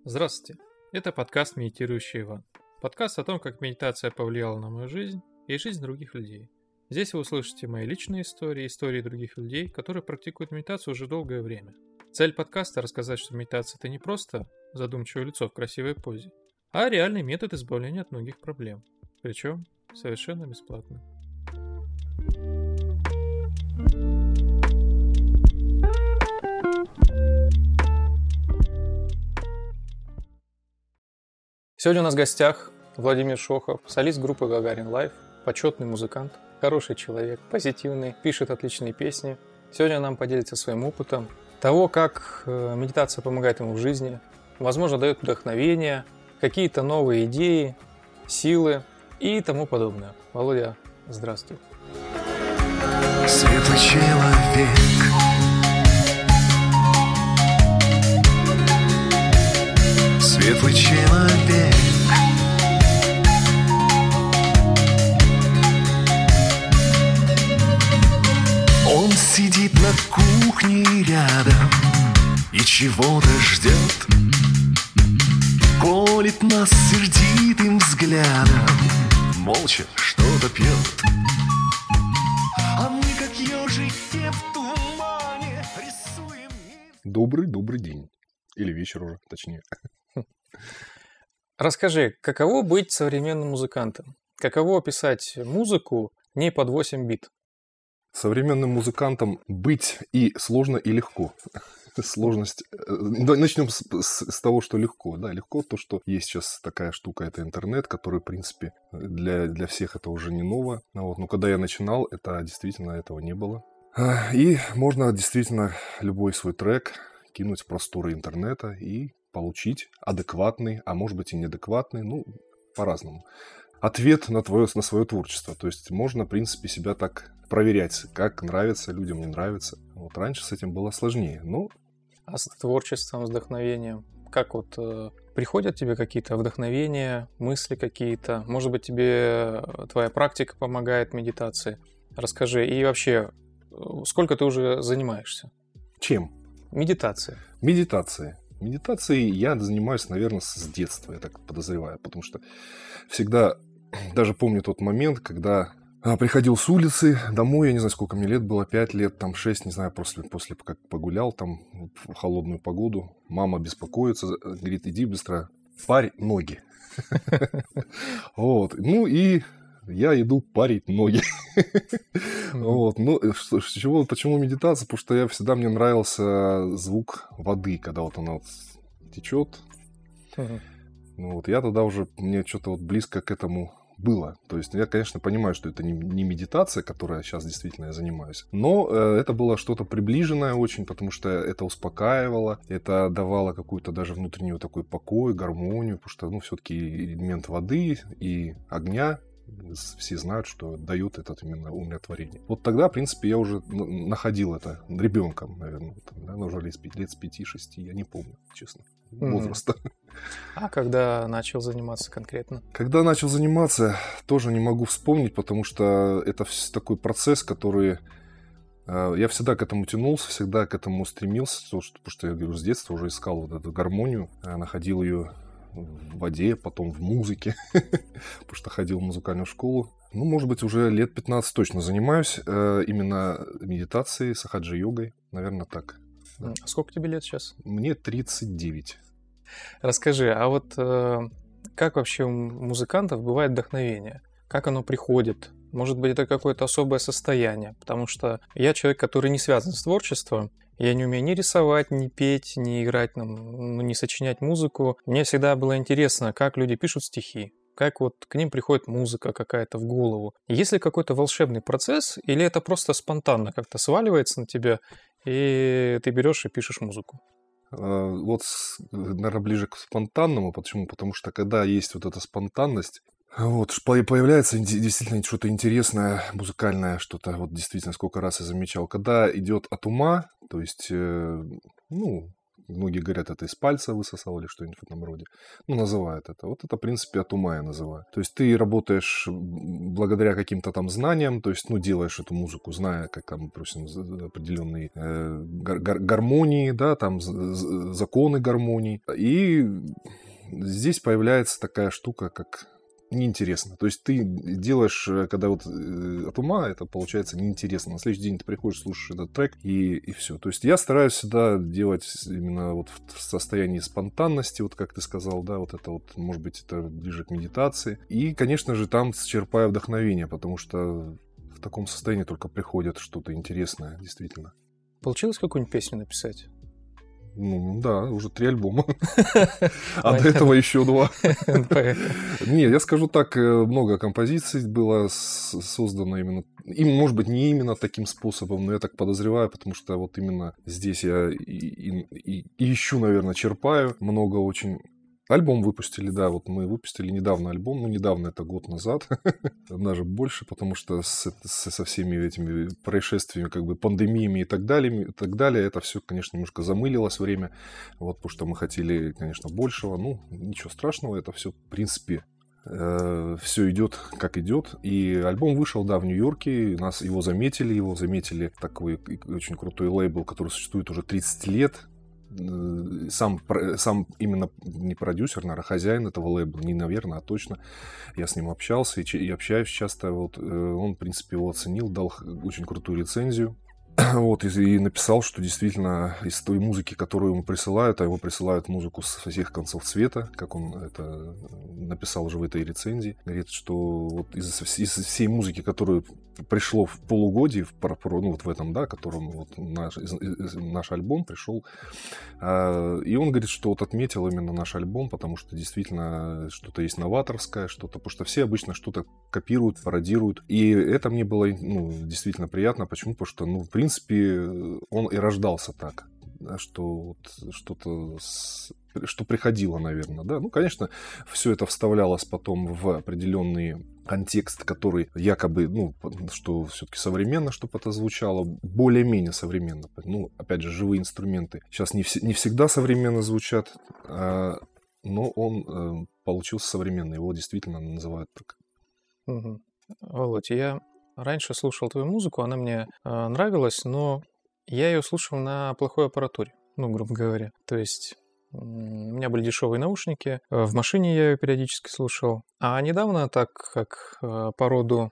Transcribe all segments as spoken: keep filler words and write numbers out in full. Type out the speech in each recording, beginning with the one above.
Здравствуйте, это подкаст «Медитирующий Иван». Подкаст о том, как медитация повлияла на мою жизнь и жизнь других людей. Здесь вы услышите мои личные истории, истории других людей, которые практикуют медитацию уже долгое время. Цель подкаста – рассказать, что медитация – это не просто задумчивое лицо в красивой позе, а реальный метод избавления от многих проблем, причем совершенно бесплатно. Сегодня у нас в гостях Владимир Шохов, солист группы Гагарин Лайф, почетный музыкант, хороший человек, позитивный, пишет отличные песни. Сегодня он нам поделится своим опытом того, как медитация помогает ему в жизни, возможно, дает вдохновение, какие-то новые идеи, силы и тому подобное. Володя, здравствуй. Светлый человек, светлый человек, он сидит на кухне рядом и чего-то ждет, колет нас сердитым взглядом, молча что-то пьет. А мы, как ежики в тумане, рисуем... Добрый-добрый день. Или вечер уже, точнее. Расскажи, каково быть современным музыкантом? Каково писать музыку не под восемь бит? Современным музыкантом быть и сложно, и легко. Сложность... Начнем с, с, с того, что легко. Да, легко то, что есть сейчас такая штука, это интернет, который, в принципе, для, для всех это уже не ново. Вот. Но когда я начинал, это действительно этого не было. И можно действительно любой свой трек кинуть в просторы интернета и получить адекватный, а может быть и неадекватный, ну, по-разному, ответ на, твое, на свое творчество. То есть можно, в принципе, себя так проверять, как нравится людям, не нравится. Вот раньше с этим было сложнее, но... А с творчеством, с вдохновением? Как вот э, приходят тебе какие-то вдохновения, мысли какие-то? Может быть, тебе твоя практика помогает медитации? Расскажи. И вообще, сколько ты уже занимаешься? Чем? Медитацией. Медитацией. Медитацией я занимаюсь, наверное, с детства, я так подозреваю. Потому что всегда, даже помню тот момент, когда... Приходил с улицы домой, я не знаю, сколько мне лет было, пять лет, там шесть, не знаю, после, после как погулял там в холодную погоду. Мама беспокоится, говорит, иди быстро, парь ноги. Вот, ну и я иду парить ноги. Вот, ну, чего, почему медитация? Потому что я всегда, мне нравился звук воды, когда вот она течет. Ну вот, я тогда уже, мне что-то вот близко к этому... было. То есть я, конечно, понимаю, что это не, не медитация, которой сейчас действительно я занимаюсь, но э, это было что-то приближенное очень, потому что это успокаивало, это давало какую-то даже внутреннюю такой покой, гармонию, потому что, ну, все-таки элемент воды и огня, все знают, что дает этот именно умиротворение. Вот тогда, в принципе, я уже находил это ребенком, наверное, там, да, уже лет с пяти-шести, я не помню, честно, возраста. Mm-hmm. А когда начал заниматься конкретно? Когда начал заниматься, тоже не могу вспомнить, потому что это такой процесс, который... Я всегда к этому тянулся, всегда к этому стремился, потому что я, говорю, с детства уже искал вот эту гармонию, находил ее в воде, потом в музыке, потому что ходил в музыкальную школу. Ну, может быть, уже лет пятнадцать точно занимаюсь именно медитацией, сахаджи-йогой, наверное, так. Да. А сколько тебе лет сейчас? Мне тридцать девять. Расскажи, а вот э, как вообще у музыкантов бывает вдохновение? Как оно приходит? Может быть, это какое-то особое состояние? Потому что я человек, который не связан с творчеством. Я не умею ни рисовать, ни петь, ни играть, ну, ни сочинять музыку. Мне всегда было интересно, как люди пишут стихи. Как вот к ним приходит музыка какая-то в голову. Есть ли какой-то волшебный процесс, или это просто спонтанно как-то сваливается на тебя, и ты берешь и пишешь музыку? Вот, наверное, ближе к спонтанному. Почему? Потому что когда есть вот эта спонтанность, вот, появляется действительно что-то интересное, музыкальное, что-то, вот действительно, сколько раз я замечал. Когда идет от ума, то есть, ну, многие говорят, это из пальца высосал или что-нибудь в этом роде. Ну, называют это. Вот это, в принципе, от ума я называю. То есть ты работаешь благодаря каким-то там знаниям, то есть, ну, делаешь эту музыку, зная, как там, допустим, определенные э, гар- гармонии, да, там законы гармонии. И здесь появляется такая штука, как неинтересно. То есть ты делаешь, когда вот от ума, это получается неинтересно. На следующий день ты приходишь, слушаешь этот трек, и, и все. То есть я стараюсь всегда делать именно вот в состоянии спонтанности, вот как ты сказал, да, вот это вот, может быть, это ближе к медитации. И, конечно же, там черпаю вдохновение, потому что в таком состоянии только приходит что-то интересное, действительно. Получилось какую-нибудь песню написать? Ну, да, уже три альбома. А до этого еще два. Не, я скажу так, много композиций было создано именно, может быть, не именно таким способом, но я так подозреваю, потому что вот именно здесь я и ищу, наверное, черпаю много очень. Альбом выпустили, да, вот мы выпустили недавно альбом, ну, недавно, это год назад, даже больше, потому что с, с, со всеми этими происшествиями, как бы пандемиями и так далее, и так далее, это все, конечно, немножко замылилось время, вот, потому что мы хотели, конечно, большего, ну, ничего страшного, это все, в принципе, э, все идет, как идет, и альбом вышел, да, в Нью-Йорке, нас его заметили, его заметили такой очень крутой лейбл, который существует уже тридцать лет, Сам, сам именно не продюсер, наверное, хозяин этого лейбла, не наверное, а точно. Я с ним общался и, и общаюсь часто. Вот, он, в принципе, его оценил, дал очень крутую рецензию. Вот, и, и написал, что действительно из той музыки, которую ему присылают, а его присылают музыку со всех концов света, как он это написал уже в этой рецензии, говорит, что вот из, из всей музыки, которую пришло в полугодии, в, ну, вот в этом, да, которым вот наш, из, из, наш альбом пришел, э, и он говорит, что вот отметил именно наш альбом, потому что действительно что-то есть новаторское, что-то, потому что все обычно что-то копируют, пародируют, и это мне было, ну, действительно приятно. Почему? Потому что, ну, в принципе, он и рождался так, да, что вот что-то, с... что приходило, наверное, да. Ну, конечно, все это вставлялось потом в определенный контекст, который якобы, ну, что все-таки современно, чтобы это звучало, более-менее современно. Ну, опять же, живые инструменты сейчас не, вс- не всегда современно звучат, а... но он э, получился современный, его действительно называют так. Угу. Володь, я раньше слушал твою музыку, она мне э, нравилась, но я ее слушал на плохой аппаратуре, ну, грубо говоря. То есть у меня были дешевые наушники, в машине я ее периодически слушал. А недавно, так как э, по роду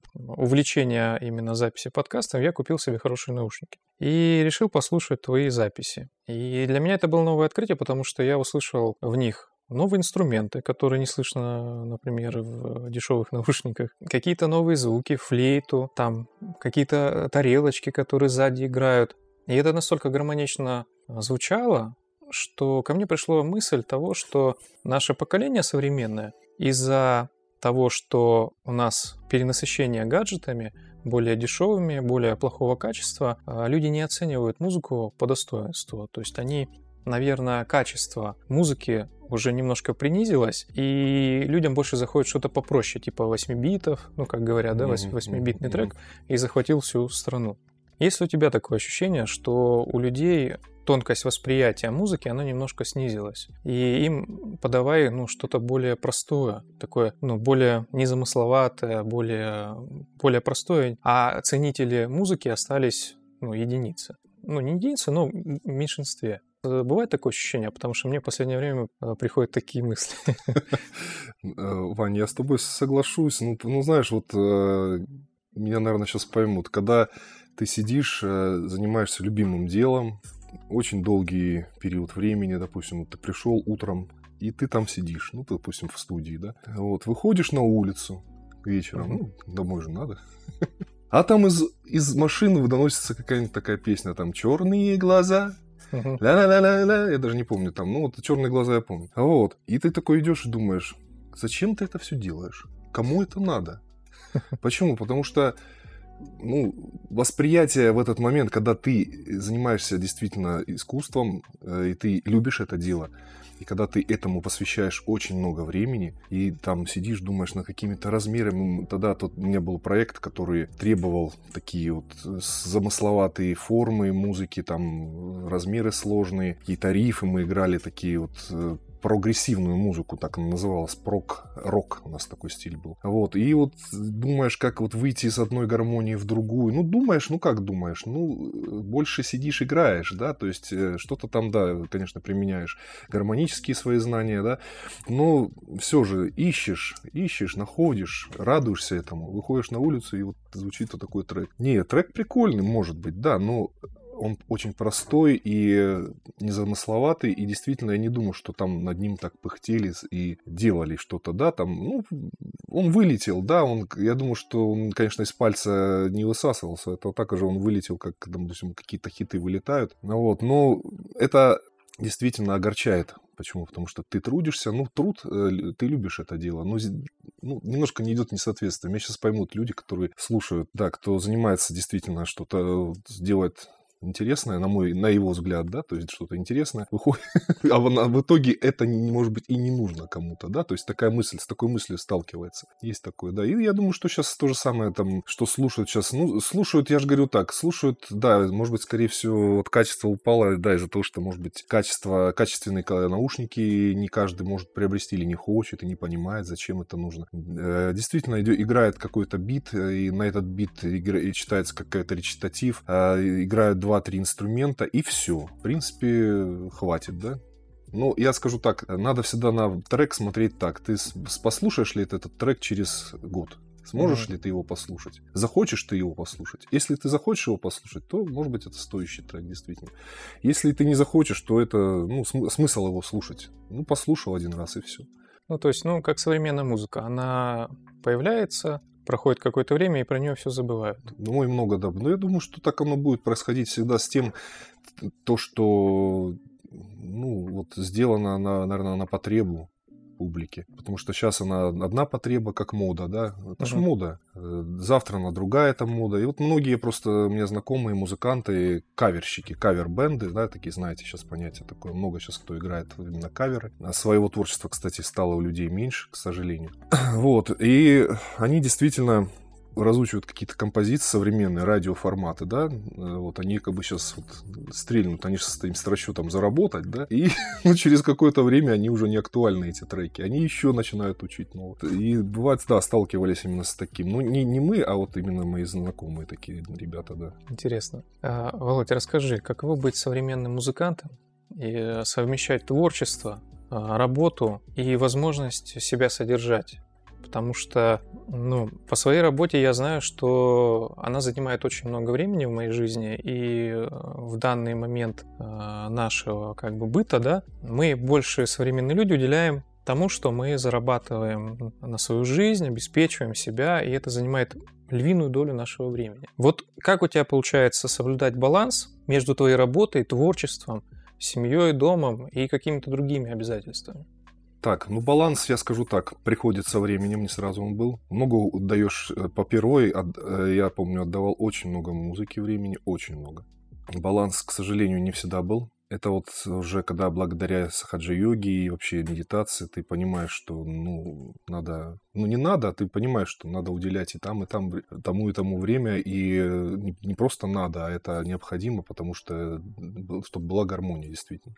увлечения именно записи подкастов, я купил себе хорошие наушники. И решил послушать твои записи. И для меня это было новое открытие, потому что я услышал в них новые инструменты, которые не слышно, например, в дешевых наушниках. Какие-то новые звуки, флейту, там какие-то тарелочки, которые сзади играют. И это настолько гармонично звучало, что ко мне пришла мысль того, что наше поколение современное из-за того, что у нас перенасыщение гаджетами, более дешевыми, более плохого качества, люди не оценивают музыку по достоинству. То есть они, наверное, качество музыки уже немножко принизилось, и людям больше заходит что-то попроще, типа восемь битов, ну, как говорят, да, восьмибитный трек, и захватил всю страну. Есть ли у тебя такое ощущение, что у людей тонкость восприятия музыки, она немножко снизилась, и им подавай, ну, что-то более простое, такое, ну, более незамысловатое, более, более простое, а ценители музыки остались, ну, единицы. Ну, не единицы, но в меньшинстве. Бывает такое ощущение, потому что мне в последнее время приходят такие мысли. Вань, я с тобой соглашусь. Ну, ну знаешь, вот меня, наверное, сейчас поймут. Когда ты сидишь, занимаешься любимым делом, очень долгий период времени, допустим, вот ты пришел утром, и ты там сидишь, ну, допустим, в студии, да, вот, выходишь на улицу вечером, ну, домой же надо, а там из, из машины доносится какая-нибудь такая песня, там, «Черные глаза», ля-ля-ля-ля-ля, я даже не помню там, ну, вот «Черные глаза» я помню, вот, и ты такой идешь и думаешь, зачем ты это все делаешь, кому это надо, почему, потому что ну, восприятие в этот момент, когда ты занимаешься действительно искусством, и ты любишь это дело, и когда ты этому посвящаешь очень много времени, и там сидишь, думаешь над какими-то размерами. Тогда тут у меня был проект, который требовал такие вот замысловатые формы музыки, там размеры сложные, какие-то рифы. Мы играли такие вот прогрессивную музыку, так она называлась, прог-рок у нас такой стиль был. Вот, и вот думаешь, как вот выйти из одной гармонии в другую. Ну, думаешь, ну как думаешь? Ну, больше сидишь, играешь, да, то есть что-то там, да, конечно, применяешь гармонические свои знания, да, но все же ищешь, ищешь, находишь, радуешься этому, выходишь на улицу, и вот звучит вот такой трек. Не, трек прикольный, может быть, да, но он очень простой и незамысловатый, и действительно я не думаю, что там над ним так пыхтели и делали что-то, да, там, ну, он вылетел, да, он, я думаю, что он, конечно, из пальца не высасывался, это так же он вылетел, как, допустим, какие-то хиты вылетают, вот, но это действительно огорчает. Почему? Потому что ты трудишься, ну, труд, ты любишь это дело, но ну, немножко не идет несоответствие. Меня сейчас поймут люди, которые слушают, да, кто занимается действительно что-то, делает интересное, на мой, на его взгляд, да, то есть что-то интересное выходит, а в итоге это, не, может быть, и не нужно кому-то, да, то есть такая мысль, с такой мыслью сталкивается. Есть такое, да, и я думаю, что сейчас то же самое там, что слушают сейчас, ну, слушают, я же говорю так, слушают, да, может быть, скорее всего, вот качество упало, да, из-за того, что, может быть, качество, качественные наушники не каждый может приобрести или не хочет, и не понимает, зачем это нужно. Действительно, играет какой-то бит, и на этот бит читается какой-то речитатив, играют два два-три инструмента, и все. В принципе, хватит, да? Ну, я скажу так, надо всегда на трек смотреть так. Ты послушаешь ли этот трек через год? Сможешь mm-hmm. ли ты его послушать? Захочешь ты его послушать? Если ты захочешь его послушать, то, может быть, это стоящий трек, действительно. Если ты не захочешь, то это, ну, см- смысл его слушать. Ну, послушал один раз, и все. Ну, то есть, ну, как современная музыка. Она появляется, проходит какое-то время, и про нее все забывают. Ну, и много, да. Но я думаю, что так оно будет происходить всегда с тем, то, что, ну, вот сделано, на, наверное, на потребу публики. Потому что сейчас она одна потреба, как мода, да. Это uh-huh. же мода. Завтра она другая там мода. И вот многие просто у меня знакомые музыканты, каверщики, кавер-бенды, да, такие, знаете, сейчас понятие такое. Много сейчас кто играет именно каверы. А своего творчества, кстати, стало у людей меньше, к сожалению. Вот. И они действительно разучивают какие-то композиции современные, радиоформаты, да, вот они как бы сейчас вот стрельнут, они же им с расчетом заработать, да, и ну, через какое-то время они уже не актуальны, эти треки, они еще начинают учить новое. И бывает, да, сталкивались именно с таким, ну, не, не мы, а вот именно мои знакомые такие ребята, да. Интересно. А, Володя, расскажи, каково быть современным музыкантом и совмещать творчество, работу и возможность себя содержать? Потому что, ну, по своей работе я знаю, что она занимает очень много времени в моей жизни, и в данный момент нашего как бы быта, да, мы больше, современные люди, уделяем тому, что мы зарабатываем на свою жизнь, обеспечиваем себя, и это занимает львиную долю нашего времени. Вот как у тебя получается соблюдать баланс между твоей работой, творчеством, семьей, домом и какими-то другими обязательствами? Так, ну баланс, я скажу так, приходит со временем, не сразу он был. Много отдаешь по первой, я помню, отдавал очень много музыки времени, очень много. Баланс, к сожалению, не всегда был. Это вот уже когда благодаря сахаджа-йоге и вообще медитации ты понимаешь, что ну надо, ну не надо, а ты понимаешь, что надо уделять и там, и там, тому и тому время, и не просто надо, а это необходимо, потому что, чтобы была гармония действительно.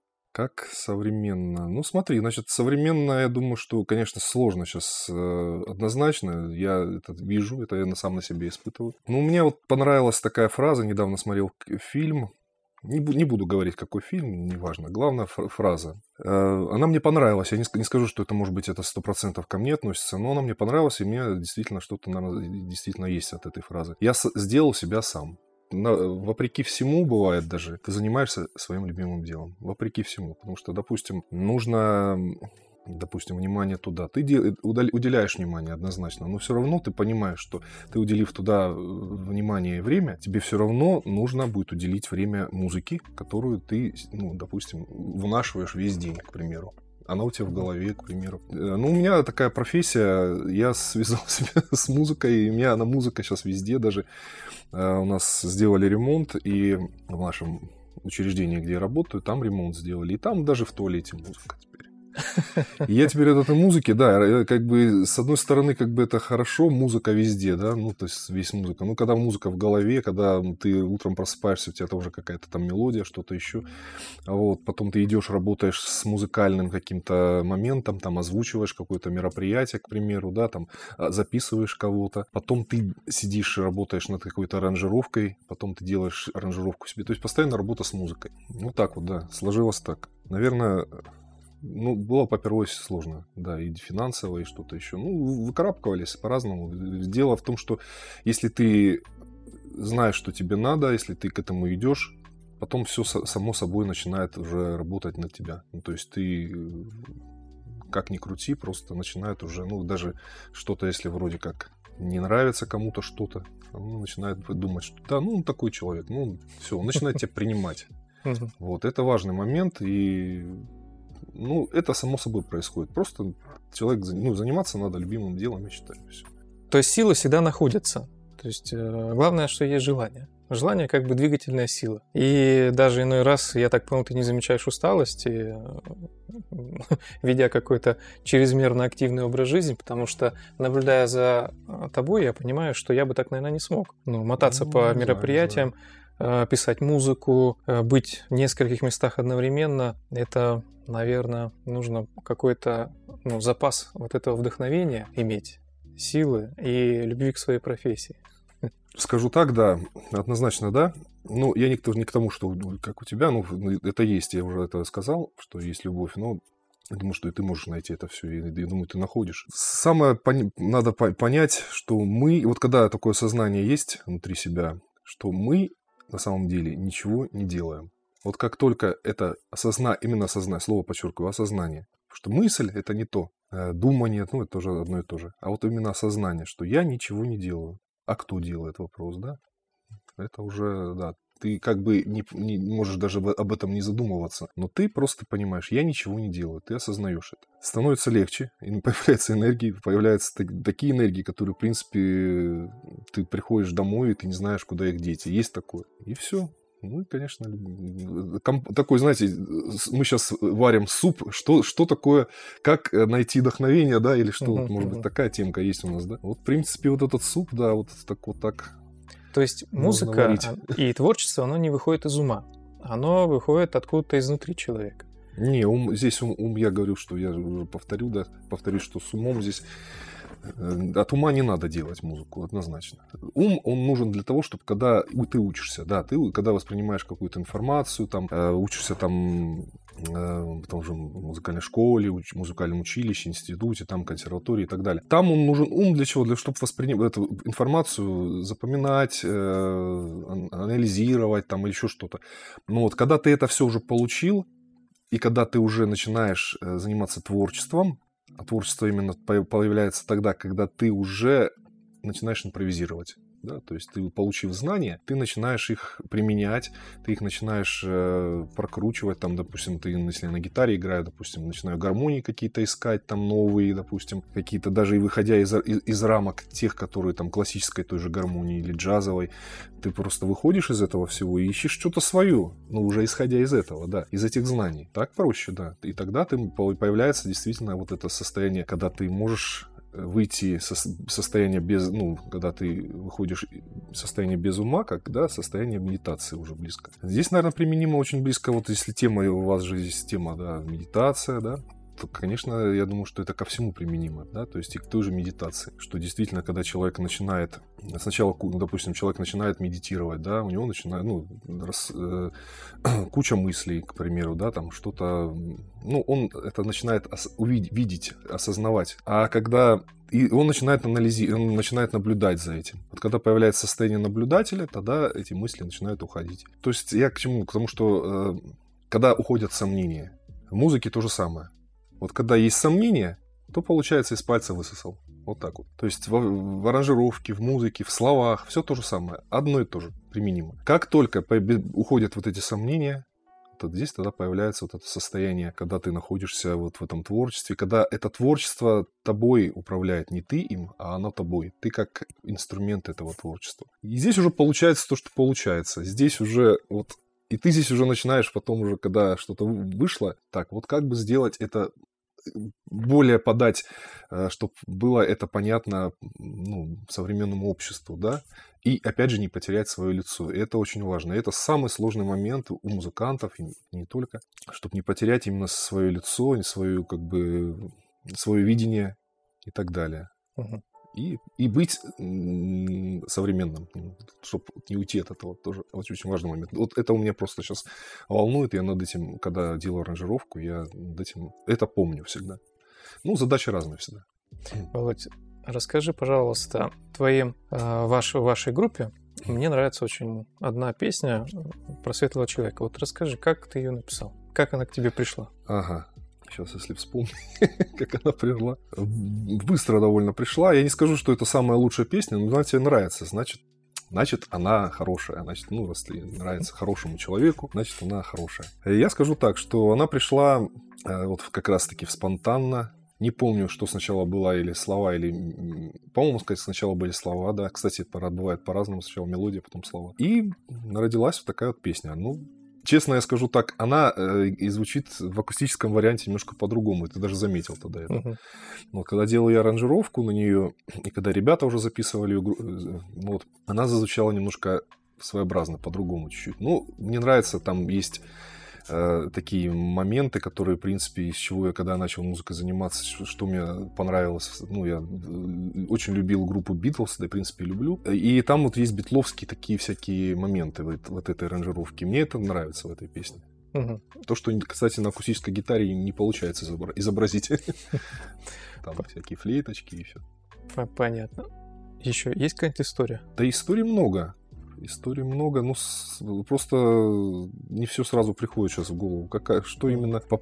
Как современно? Ну, смотри, значит, современно, я думаю, что, конечно, сложно сейчас э, однозначно. Я это вижу, это я сам на себе испытываю. Но мне вот понравилась такая фраза, недавно смотрел фильм. Не, бу- не буду говорить, какой фильм, неважно. Главная фр- фраза. Э, она мне понравилась. Я не, не скажу, что это, может быть, это сто процентов ко мне относится, но она мне понравилась, и мне действительно что-то, наверное, действительно есть от этой фразы. Я с- сделал себя сам. На, вопреки всему, бывает даже, ты занимаешься своим любимым делом. Вопреки всему. Потому что, допустим, нужно, допустим, внимание туда. Ты дел, уделяешь внимание однозначно, но все равно ты понимаешь, что ты, уделив туда внимание и время, тебе все равно нужно будет уделить время музыке, которую ты, ну, допустим, вынашиваешь весь день, к примеру. Она у тебя в голове, к примеру. Ну, у меня такая профессия, я связал себя с музыкой, и у меня она музыка сейчас везде, даже э, у нас сделали ремонт, и в нашем учреждении, где я работаю, там ремонт сделали, и там даже в туалете музыка теперь. И я теперь от этой музыки, да, как бы, с одной стороны, как бы это хорошо, музыка везде, да, ну, то есть весь музыка. Ну, когда музыка в голове, когда ты утром просыпаешься, у тебя тоже какая-то там мелодия, что-то еще, вот, потом ты идешь, работаешь с музыкальным каким-то моментом, там, озвучиваешь какое-то мероприятие, к примеру, да, там, записываешь кого-то, потом ты сидишь и работаешь над какой-то аранжировкой, потом ты делаешь аранжировку себе, то есть постоянно работа с музыкой. Вот так вот, да, сложилось так. Наверное... Ну, было по первой сложно, да, и финансово, и что-то еще. Ну, выкарабкивались по-разному. Дело в том, что если ты знаешь, что тебе надо, если ты к этому идешь, потом все само собой начинает уже работать на тебя. Ну, то есть ты, как ни крути, просто начинает уже, ну, даже что-то, если вроде как не нравится кому-то что-то, он начинает думать, что да, ну, он такой человек, ну, все, он начинает тебя принимать. Вот, это важный момент, и... Ну, это само собой происходит. Просто человек, ну, заниматься надо любимым делом, я считаю, все. То есть сила всегда находится. То есть э, главное, что есть желание. Желание как бы двигательная сила. И даже иной раз, я так понял, ты не замечаешь усталости, ведя какой-то чрезмерно активный образ жизни, потому что, наблюдая за тобой, я понимаю, что я бы так, наверное, не смог. Ну, мотаться ну, по мероприятиям, знаю. Писать музыку, быть в нескольких местах одновременно, это... Наверное, нужно какой-то ну, запас вот этого вдохновения иметь, силы и любви к своей профессии. Скажу так, да, однозначно да. Ну, я не к, не к тому, что как у тебя, ну, это есть, я уже это сказал, что есть любовь, но я думаю, что и ты можешь найти это все, и я думаю, ты находишь. Самое пон... надо понять, что мы, вот когда такое сознание есть внутри себя, что мы на самом деле ничего не делаем. Вот как только это осозна... именно осознание, слово подчеркиваю, осознание, потому что мысль – это не то, думание, ну, это тоже одно и то же, а вот именно осознание, что я ничего не делаю. А кто делает, вопрос, да? Это уже, да, ты как бы не, не можешь даже об этом не задумываться, но ты просто понимаешь, я ничего не делаю, ты осознаешь это. Становится легче, и появляется энергия, появляются такие энергии, которые, в принципе, ты приходишь домой, и ты не знаешь, куда их деть, и есть такое, и все. Ну, и, конечно, такой, знаете, мы сейчас варим суп, что, что такое, как найти вдохновение, да, или что, uh-huh, может uh-huh. быть, такая темка есть у нас, да. Вот, в принципе, вот этот суп, да, вот так вот так. То есть музыка и творчество, оно не выходит из ума, оно выходит откуда-то изнутри человека. Не, ум, здесь ум, ум, я говорю, что я уже повторю, да, повторюсь, что с умом здесь... От ума не надо делать музыку, однозначно. Ум, он нужен для того, чтобы когда ты учишься, да, ты когда воспринимаешь какую-то информацию, там, учишься там в том же музыкальной школе, уч, музыкальном училище, институте, там, консерватории и так далее. Там он нужен ум для чего? Для чтобы воспринимать эту информацию, запоминать, э, анализировать там или еще что-то. Но вот когда ты это все уже получил, и когда ты уже начинаешь заниматься творчеством, а творчество именно появляется тогда, когда ты уже начинаешь импровизировать. Да? То есть ты, получив знания, ты начинаешь их применять, ты их начинаешь э, прокручивать. Там, допустим, ты, если я на гитаре играю, допустим, начинаю гармонии какие-то искать, там новые, допустим, какие-то, даже и выходя из, из, из рамок тех, которые там классической той же гармонии или джазовой, ты просто выходишь из этого всего и ищешь что-то свое, но уже исходя из этого, да, из этих знаний. Так проще, да. И тогда ты, появляется действительно вот это состояние, когда ты можешь выйти со состояния без, ну, когда ты выходишь состояние без ума, как, да, состояние медитации уже близко. Здесь, наверное, применимо очень близко, вот если тема, у вас же есть тема, да, медитация, да, то, конечно, я думаю, что это ко всему применимо, да, то есть и к той же медитации, что действительно, когда человек начинает, сначала, допустим, человек начинает медитировать, да, у него начинает, ну, рас, э, куча мыслей, к примеру, да, там что-то, ну, он это начинает ос, увидеть, видеть, осознавать, а когда и он начинает анализировать, он начинает наблюдать за этим. Вот когда появляется состояние наблюдателя, тогда эти мысли начинают уходить. То есть я к чему? К тому, что э, когда уходят сомнения, в музыке то же самое. Вот когда есть сомнения, то, получается, из пальца высосал. Вот так вот. То есть в, в аранжировке, в музыке, в словах, все то же самое. Одно и то же применимо. Как только уходят вот эти сомнения, Вот здесь тогда появляется вот это состояние, когда ты находишься вот в этом творчестве, когда это творчество тобой управляет, не ты им, а оно тобой. Ты как инструмент этого творчества. И здесь уже получается то, что получается. Здесь уже вот... И ты здесь уже начинаешь потом уже, когда что-то вышло, так, вот как бы сделать это, более подать, чтобы было это понятно, ну, современному обществу, да, и, опять же, не потерять свое лицо. И это очень важно. И это самый сложный момент у музыкантов, и не только, чтобы не потерять именно свое лицо, свое, как бы, свое видение и так далее. Угу. И, и быть м- современным, чтобы не уйти от этого, тоже очень, очень важный момент. Вот это у меня просто сейчас волнует, я над этим, когда делаю аранжировку, я над этим, это помню всегда. Ну, задачи разные всегда. Володь, расскажи, пожалуйста, твоим, э, ваш, вашей группе, мне нравится очень одна песня про светлого человека. Вот расскажи, как ты ее написал? Как она к тебе пришла? Ага. Сейчас, если вспомнить, как она пришла. Быстро довольно пришла. Я не скажу, что это самая лучшая песня, но она тебе нравится. Значит, значит, она хорошая. Значит, ну, если нравится хорошему человеку, значит, она хорошая. Я скажу так, что она пришла вот как раз-таки спонтанно. Не помню, что сначала была или слова, или... По-моему, сказать, сначала были слова, да. Кстати, бывает по-разному. Сначала мелодия, потом слова. И родилась вот такая вот песня. Ну, честно я скажу так, она э, и звучит в акустическом варианте немножко по-другому. Ты даже заметил тогда это. Uh-huh. Но когда делал я аранжировку на нее, и когда ребята уже записывали ее, ну, вот, она зазвучала немножко своеобразно, по-другому чуть-чуть. Ну, мне нравится, там есть э, такие моменты, которые, в принципе, из чего я, когда начал музыкой заниматься, что, что мне понравилось. Ну, я очень любил группу Beatles, да, в принципе, люблю. И там вот есть битловские такие всякие моменты вот, вот этой аранжировки. Мне это нравится в этой песне. Угу. То, что, кстати, на акустической гитаре не получается изобразить. Там всякие флейточки и все. Понятно. Еще есть какая-нибудь история? Да историй много. Историй много, ну с... просто не все сразу приходит сейчас в голову. Какая, что именно по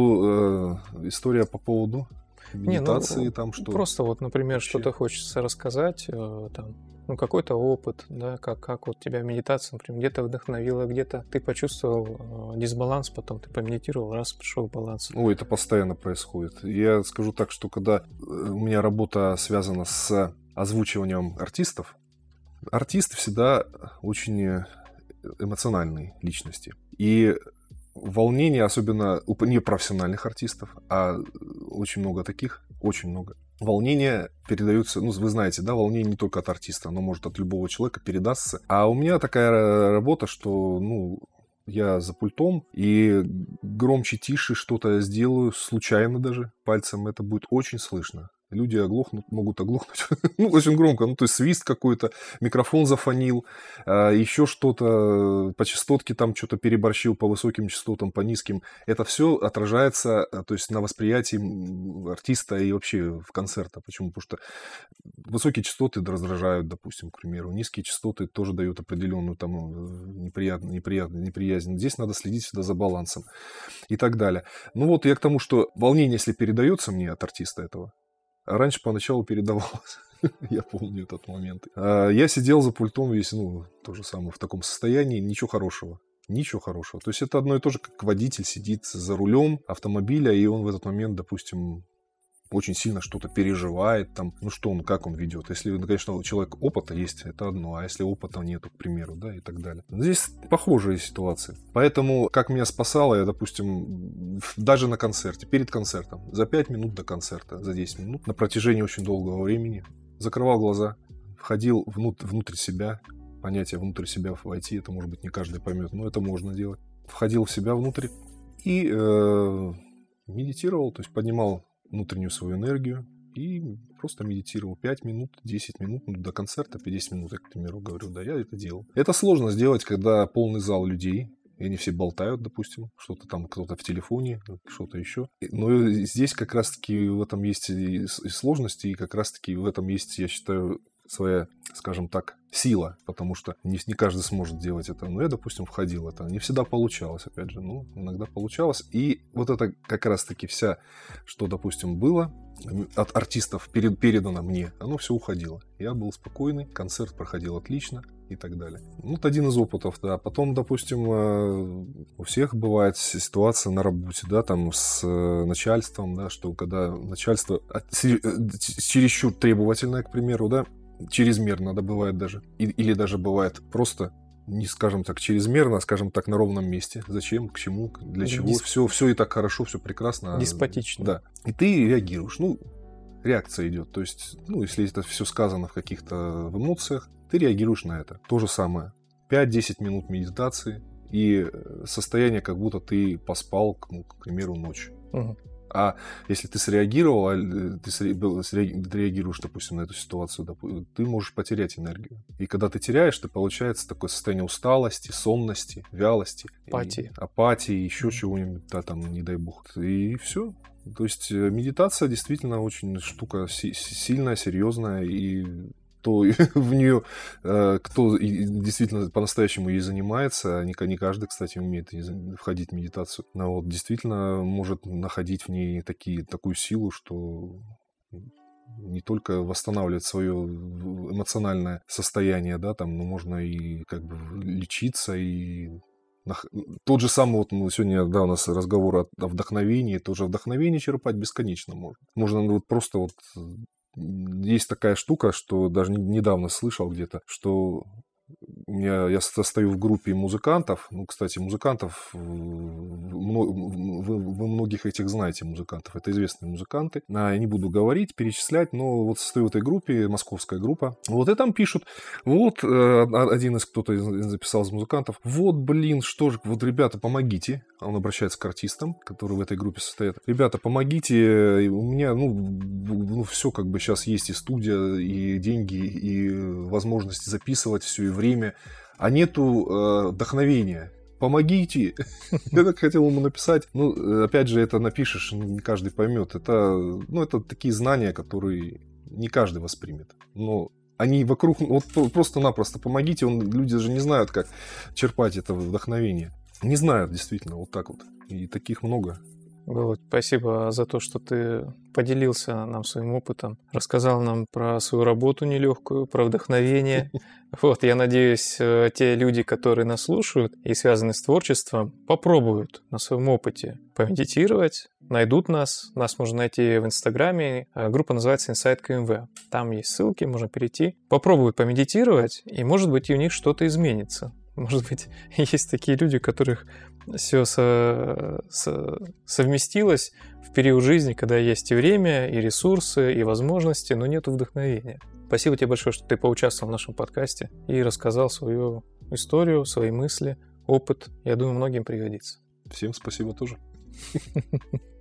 поводу э, история по поводу медитации, не, ну, там что? Просто вот, например, вообще что-то хочется рассказать, э, там, ну какой-то опыт, да, как как вот тебя медитация, например, где-то вдохновила, где-то ты почувствовал э, дисбаланс, потом ты помедитировал, раз пришел баланс. Ой, это постоянно происходит. Я скажу так, что когда у меня работа связана с озвучиванием артистов. Артисты всегда очень эмоциональные личности. И волнение, особенно у непрофессиональных артистов, а очень много таких, очень много. Волнение передается, ну, вы знаете, да, волнение не только от артиста, оно может от любого человека передаться. А у меня такая работа, что, ну, я за пультом, и громче, тише что-то сделаю, случайно даже, пальцем, это будет очень слышно. Люди оглохнут, могут оглохнуть. Ну, очень громко. Ну, то есть свист какой-то, микрофон зафонил, а, еще что-то, по частотке там что-то переборщил, по высоким частотам, по низким. Это все отражается, то есть на восприятии артиста и вообще в концерте. Почему? Потому что высокие частоты раздражают, допустим, к примеру. Низкие частоты тоже дают определенную там неприятную, неприятную, неприязнь. Здесь надо следить всегда за балансом и так далее. Ну вот я к тому, что волнение, если передается мне от артиста этого, раньше поначалу передавалось. Я помню этот момент. Я сидел за пультом весь, ну, то же самое, в таком состоянии. Ничего хорошего. Ничего хорошего. То есть это одно и то же, как водитель сидит за рулем автомобиля, и он в этот момент, допустим, очень сильно что-то переживает, там, ну что он, как он ведет. Если, конечно, у человека опыта есть, это одно, а если опыта нету, к примеру, да, и так далее. Здесь похожие ситуации. Поэтому, как меня спасало, я, допустим, даже на концерте, перед концертом, за пять минут до концерта, за десять минут, на протяжении очень долгого времени, закрывал глаза, входил внутрь, внутрь себя, понятие внутрь себя войти, это, может быть, не каждый поймет, но это можно делать. Входил в себя внутрь и э, медитировал, то есть поднимал внутреннюю свою энергию и просто медитировал пять минут, десять минут, ну, до концерта пятьдесят минут, я, к примеру, говорю, да, я это делал. Это сложно сделать, когда полный зал людей, и они все болтают, допустим, что-то там, кто-то в телефоне, что-то еще. Но здесь как раз-таки в этом есть и сложности, и как раз-таки в этом есть, я считаю, своя, скажем так, сила, потому что не, не каждый сможет делать это. Но я, допустим, входил в это. Не всегда получалось, опять же, но иногда получалось. И вот это как раз-таки вся, что, допустим, было от артистов перед, передано мне, оно все уходило. Я был спокойный, концерт проходил отлично. и так далее. Ну, вот один из опытов, да. Потом, допустим, у всех бывает ситуация на работе, да, там с начальством, да, что когда начальство чересчур требовательное, к примеру, да, чрезмерно, да, бывает даже, или даже бывает просто, не скажем так, чрезмерно, а скажем так, на ровном месте. Зачем, к чему, для чего. Дисп... Все, все и так хорошо, все прекрасно. Деспотично. Да. И ты реагируешь. Ну, реакция идет. То есть, ну, если это все сказано в каких-то в эмоциях, ты реагируешь на это. То же самое. пять-десять минут медитации и состояние, как будто ты поспал, ну, к примеру, ночь. Угу. А если ты среагировал, ты реагируешь, допустим, на эту ситуацию, ты можешь потерять энергию. И когда ты теряешь, ты получается такое состояние усталости, сонности, вялости, апатии, апатии, еще mm-hmm. чего-нибудь, да, там, не дай бог. И все. То есть медитация действительно очень штука сильная, серьезная, и кто в нее, кто действительно по-настоящему ей занимается, не каждый, кстати, умеет входить в медитацию, но вот действительно может находить в ней такие, такую силу, что не только восстанавливать свое эмоциональное состояние, да, там, но можно и как бы лечиться, и тот же самый, вот ну, сегодня, да, у нас разговор о, о вдохновении, тоже вдохновение черпать бесконечно можно. Можно вот просто вот... Есть такая штука, что даже недавно слышал где-то, что у меня, я состою в группе музыкантов. Ну, кстати, музыкантов, вы, вы многих этих знаете, музыкантов. Это известные музыканты. Я не буду говорить, перечислять, но вот состою в этой группе, московская группа. Вот и там пишут, вот один из кто-то записал из музыкантов, вот, блин, что же, вот, ребята, помогите. Он обращается к артистам, которые в этой группе состоят. Ребята, помогите, у меня, ну, ну все как бы сейчас есть и студия, и деньги, и возможности записывать все, и время, а нету э, вдохновения. Помогите. Я так хотел ему написать. Ну, опять же, это напишешь, не каждый поймет. Это, ну, это такие знания, которые не каждый воспримет. Но они вокруг, вот просто-напросто помогите. Он, люди же не знают, как черпать это вдохновение. Не знают, действительно, вот так вот. И таких много. Володь, спасибо за то, что ты поделился нам своим опытом, рассказал нам про свою работу нелегкую, про вдохновение. Вот, я надеюсь, те люди, которые нас слушают и связаны с творчеством, попробуют на своем опыте помедитировать, найдут нас. Нас можно найти в Инстаграме. Группа называется Inside ка эм вэ. Там есть ссылки, можно перейти. Попробуют помедитировать, и, может быть, и у них что-то изменится. Может быть, есть такие люди, у которых все со, со, совместилось в период жизни, когда есть и время, и ресурсы, и возможности, но нет вдохновения. Спасибо тебе большое, что ты поучаствовал в нашем подкасте и рассказал свою историю, свои мысли, опыт. Я думаю, многим пригодится. Всем спасибо тоже.